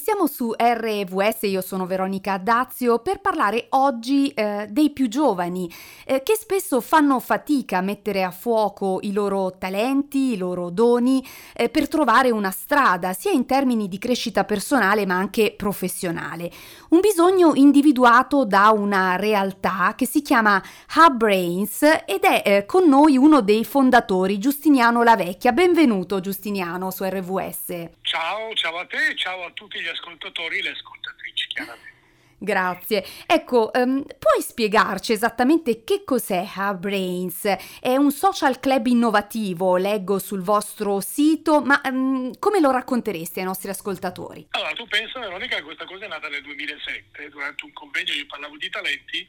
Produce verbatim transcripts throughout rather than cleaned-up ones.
Siamo su R V S, io sono Veronica Dazio, per parlare oggi eh, dei più giovani eh, che spesso fanno fatica a mettere a fuoco i loro talenti, i loro doni eh, per trovare una strada, sia in termini di crescita personale ma anche professionale. Un bisogno individuato da una realtà che si chiama Hub Brains ed è eh, con noi uno dei fondatori, Giustiniano La Vecchia. Benvenuto Giustiniano su R V S. Ciao, ciao a te e ciao a tutti gli ascoltatori e le ascoltatrici, chiaramente. Grazie. Ecco, um, puoi spiegarci esattamente che cos'è Hub Brains? È un social club innovativo, leggo sul vostro sito, ma um, come lo racconteresti ai nostri ascoltatori? Allora, tu pensa, Veronica, che questa cosa è nata nel duemilasette, durante un convegno io parlavo di talenti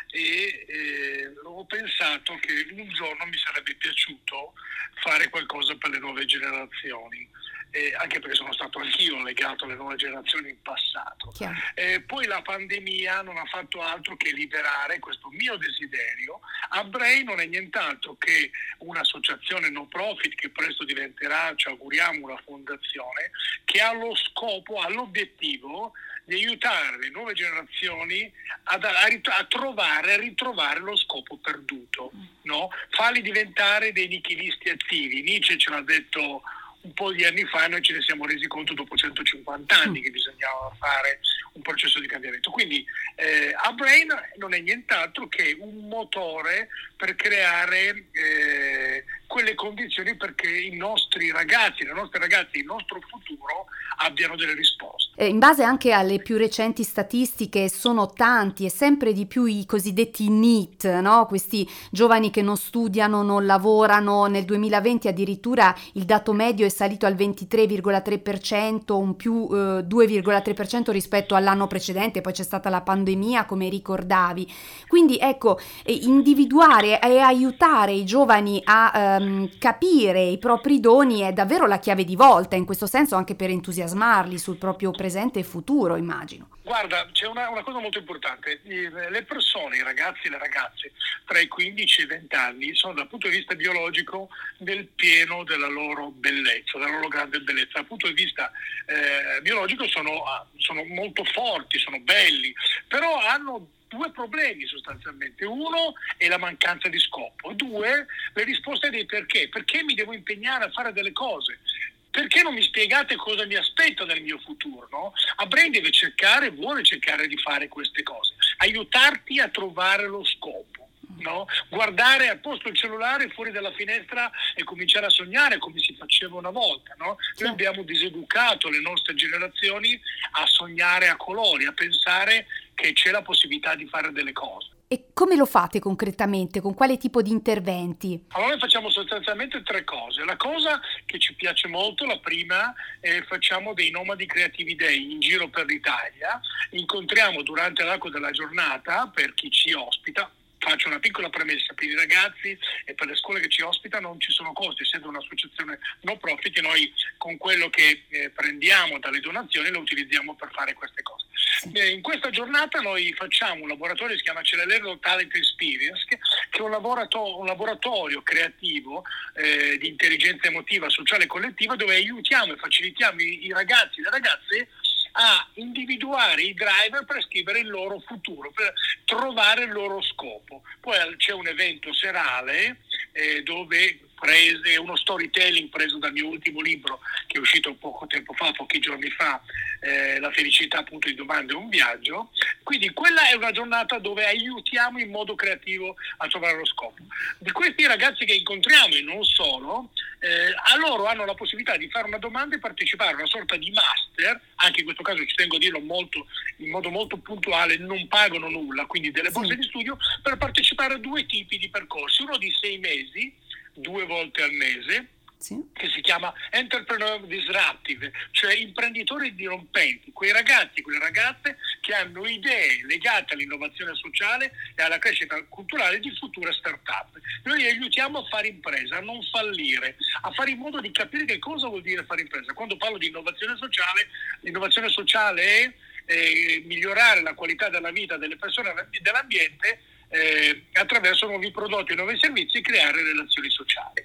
e eh, ho pensato che un giorno mi sarebbe piaciuto fare qualcosa per le nuove generazioni. Eh, anche perché sono stato anch'io legato alle nuove generazioni in passato. Eh, poi la pandemia non ha fatto altro che liberare questo mio desiderio. Hub Brains non è nient'altro che un'associazione no profit che presto diventerà, ci auguriamo, una fondazione, che ha lo scopo, ha l'obiettivo di aiutare le nuove generazioni ad, a, a trovare, a ritrovare lo scopo perduto, no? Farli diventare dei nichilisti attivi. Nietzsche ce l'ha detto un po' di anni fa, noi ce ne siamo resi conto dopo centocinquanta anni che bisognava fare un processo di cambiamento. Quindi eh, Hub Brains non è nient'altro che un motore per creare eh, quelle condizioni perché i nostri ragazzi, le nostre ragazze, il nostro futuro abbiano delle risposte. Eh, in base anche alle più recenti statistiche sono tanti e sempre di più i cosiddetti N E E T, no? Questi giovani che non studiano, non lavorano. Nel duemilaventi addirittura il dato medio è salito al ventitré virgola tre per cento, un più eh, due virgola tre per cento rispetto all'anno precedente, poi c'è stata la pandemia come ricordavi. Quindi ecco, eh, individuare e aiutare i giovani a ehm, capire i propri doni è davvero la chiave di volta, in questo senso anche per entusiasmarli sul proprio presente e futuro, immagino. Guarda, c'è una, una cosa molto importante, le persone, i ragazzi e le ragazze tra i quindici e i venti anni sono dal punto di vista biologico nel pieno della loro bellezza, della loro grande bellezza. Dal punto di vista eh, biologico sono, sono molto forti, sono belli, però hanno due problemi sostanzialmente. Uno è la mancanza di scopo, due le risposte dei perché. Perché mi devo impegnare a fare delle cose? Perché non mi spiegate cosa mi aspetta nel mio futuro, no? Hub Brains deve cercare, vuole cercare di fare queste cose, aiutarti a trovare lo scopo, no? Guardare al posto il cellulare fuori dalla finestra e cominciare a sognare come si faceva una volta, no? Noi abbiamo diseducato le nostre generazioni a sognare a colori, a pensare che c'è la possibilità di fare delle cose. E come lo fate concretamente? Con quale tipo di interventi? Allora noi facciamo sostanzialmente tre cose. La cosa che ci piace molto, la prima, è facciamo dei nomadi creativi day in giro per l'Italia. Incontriamo durante l'arco della giornata, per chi ci ospita, faccio una piccola premessa, per i ragazzi e per le scuole che ci ospitano non ci sono costi, essendo un'associazione no profit, noi con quello che eh, prendiamo dalle donazioni lo utilizziamo per fare queste cose. Eh, in questa giornata noi facciamo un laboratorio che si chiama Accelerator Talent Experience, che, che è un laboratorio, un laboratorio creativo eh, di intelligenza emotiva, sociale e collettiva, dove aiutiamo e facilitiamo i, i ragazzi e le ragazze a individuare i driver per scrivere il loro futuro, per trovare il loro scopo. Poi c'è un evento serale eh, dove prese uno storytelling preso dal mio ultimo libro che è uscito poco tempo fa, pochi giorni fa, eh, La felicità appunto di domande è un viaggio. Quindi quella è una giornata dove aiutiamo in modo creativo a trovare lo scopo. Di questi ragazzi che incontriamo e non solo, eh, a loro hanno la possibilità di fare una domanda e partecipare a una sorta di master, anche in questo caso ci tengo a dirlo molto, in modo molto puntuale, non pagano nulla, quindi delle borse sì. di studio, per partecipare a due tipi di percorsi, uno di sei mesi, due volte al mese, sì. che si chiama Entrepreneur Disruptive, cioè imprenditori dirompenti, quei ragazzi e quelle ragazze che hanno idee legate all'innovazione sociale e alla crescita culturale di future start-up. Noi li aiutiamo a fare impresa, a non fallire, a fare in modo di capire che cosa vuol dire fare impresa. Quando parlo di innovazione sociale, l'innovazione sociale è eh, migliorare la qualità della vita delle persone e dell'ambiente Eh, attraverso nuovi prodotti e nuovi servizi e creare relazioni sociali.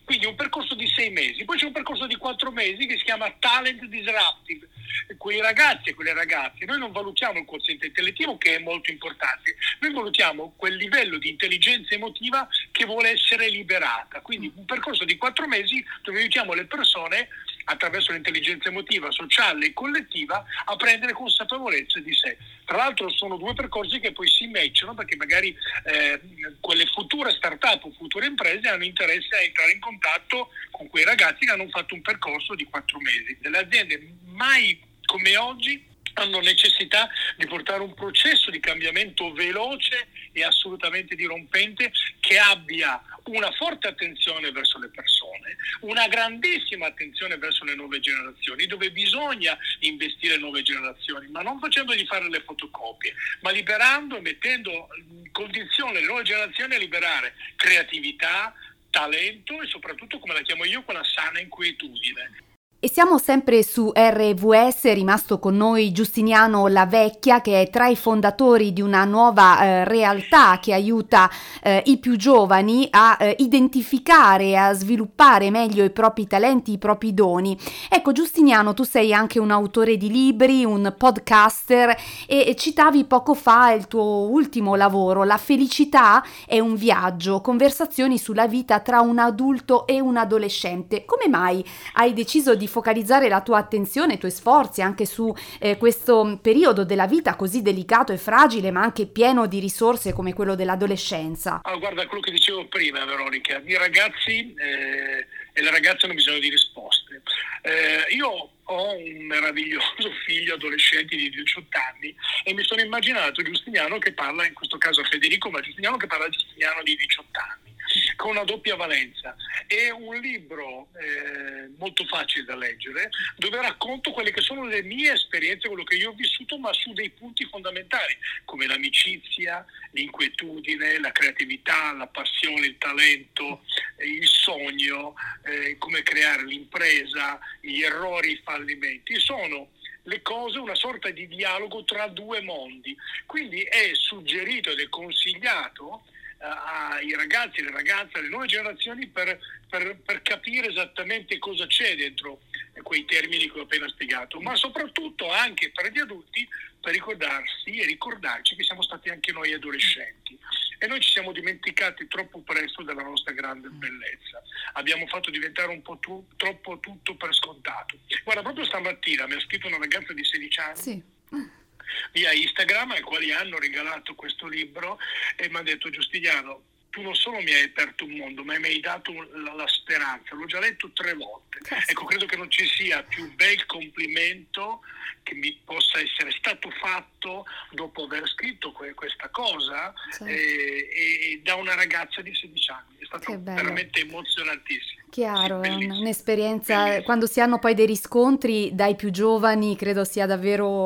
Quindi un percorso di sei mesi, poi c'è un percorso di quattro mesi che si chiama Talent Disruptive. Quei ragazzi e quelle ragazze, noi non valutiamo il quoziente intellettivo, che è molto importante, noi valutiamo quel livello di intelligenza emotiva che vuole essere liberata. Quindi un percorso di quattro mesi dove aiutiamo le persone attraverso l'intelligenza emotiva, sociale e collettiva a prendere consapevolezza di sé. Tra l'altro sono due percorsi che poi si matchano, perché magari eh, quelle future start-up o future imprese hanno interesse a entrare in contatto con quei ragazzi che hanno fatto un percorso di quattro mesi. Delle aziende mai come oggi hanno necessità di portare un processo di cambiamento veloce e assolutamente dirompente, che abbia una forte attenzione verso le persone, una grandissima attenzione verso le nuove generazioni, dove bisogna investire in nuove generazioni, ma non facendogli fare le fotocopie, ma liberando e mettendo in condizione le nuove generazioni a liberare creatività, talento e soprattutto, come la chiamo io, quella sana inquietudine. E siamo sempre su R V S, è rimasto con noi Giustiniano La Vecchia, che è tra i fondatori di una nuova eh, realtà che aiuta eh, i più giovani a eh, identificare e a sviluppare meglio i propri talenti, i propri doni. Ecco Giustiniano, tu sei anche un autore di libri, un podcaster e, e citavi poco fa il tuo ultimo lavoro, La felicità è un viaggio, conversazioni sulla vita tra un adulto e un adolescente. Come mai hai deciso di focalizzare la tua attenzione, i tuoi sforzi anche su eh, questo periodo della vita così delicato e fragile, ma anche pieno di risorse come quello dell'adolescenza? Ah, guarda, quello che dicevo prima, Veronica, i ragazzi eh, e le ragazze hanno bisogno di risposte. Eh, io ho un meraviglioso figlio adolescente di diciotto anni e mi sono immaginato Giustiniano che parla, in questo caso Federico, ma Giustiniano che parla di Giustiniano di diciotto anni, con una doppia valenza. È un libro eh, molto facile da leggere, dove racconto quelle che sono le mie esperienze, quello che io ho vissuto, ma su dei punti fondamentali come l'amicizia, l'inquietudine, la creatività, la passione, il talento, eh, il sogno, eh, come creare l'impresa, gli errori, i fallimenti. Sono le cose, una sorta di dialogo tra due mondi. Quindi è suggerito ed è consigliato ai ragazzi, alle ragazze, alle nuove generazioni per, per, per capire esattamente cosa c'è dentro quei termini che ho appena spiegato, ma soprattutto anche per gli adulti, per ricordarsi e ricordarci che siamo stati anche noi adolescenti e noi ci siamo dimenticati troppo presto della nostra grande bellezza. Abbiamo fatto diventare un po' tu, troppo tutto per scontato. Guarda, proprio stamattina mi ha scritto una ragazza di sedici anni. Sì. Via Instagram, ai quali hanno regalato questo libro e mi ha detto: Giustiniano, tu non solo mi hai aperto un mondo, ma mi hai dato la, la speranza. L'ho già letto tre volte. Grazie. Ecco, credo che non ci sia più bel complimento che mi possa essere stato fatto dopo aver scritto que- questa cosa, certo. e, e da una ragazza di sedici anni. È stato veramente emozionantissimo. Chiaro, sì, è un'esperienza, bellissimo. Quando si hanno poi dei riscontri dai più giovani credo sia davvero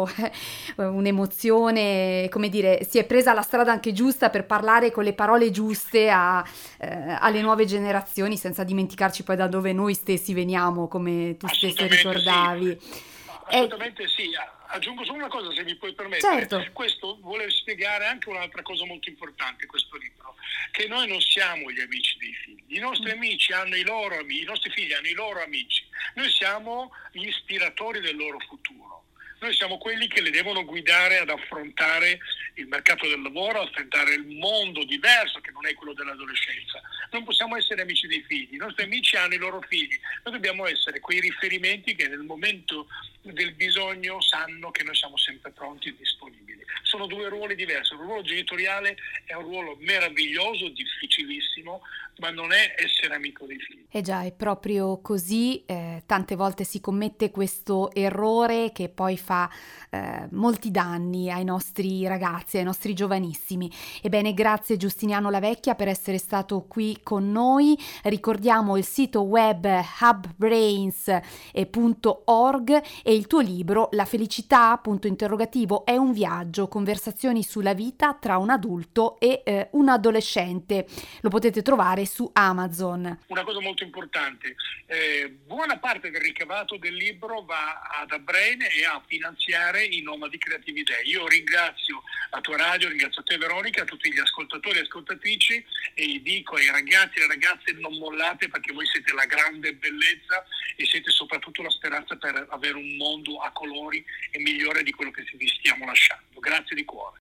un'emozione, come dire, si è presa la strada anche giusta per parlare con le parole giuste a, eh, alle nuove generazioni, senza dimenticarci poi da dove noi stessi veniamo, come tu stesso ricordavi. Sì. Assolutamente eh, sì. Aggiungo solo una cosa, se mi puoi permettere. Certo. Questo vuole spiegare anche un'altra cosa molto importante, questo libro, che noi non siamo gli amici dei figli. I nostri amici hanno i loro amici, i nostri figli hanno i loro amici. Noi siamo gli ispiratori del loro futuro. Noi siamo quelli che le devono guidare ad affrontare il mercato del lavoro, affrontare il mondo diverso che non è quello dell'adolescenza. Non possiamo essere amici dei figli, i nostri amici hanno i loro figli. Noi dobbiamo essere quei riferimenti che nel momento del bisogno sanno che noi siamo sempre pronti e disponibili. Sono due ruoli diversi, un ruolo genitoriale è un ruolo meraviglioso, difficilissimo, ma non è essere amico dei figli. Eh già, è proprio così, eh, tante volte si commette questo errore che poi fa eh, molti danni ai nostri ragazzi, ai nostri giovanissimi. Ebbene, grazie Giustiniano La Vecchia per essere stato qui con noi. Ricordiamo il sito web hubbrains punto org e il tuo libro La felicità, punto interrogativo, è un viaggio, conversazioni sulla vita tra un adulto e eh, un adolescente. Lo potete trovare su Amazon. Una cosa molto importante, eh, buona parte del ricavato del libro va ad Hubbrain e a finanziare i Nomadi Creative Day. Io ringrazio a tua radio, ringrazio te Veronica, a tutti gli ascoltatori e ascoltatrici, e dico ai ragazzi e alle ragazze: non mollate, perché voi siete la grande bellezza e siete soprattutto la speranza per avere un mondo a colori e migliore di quello che vi stiamo lasciando. Grazie di cuore.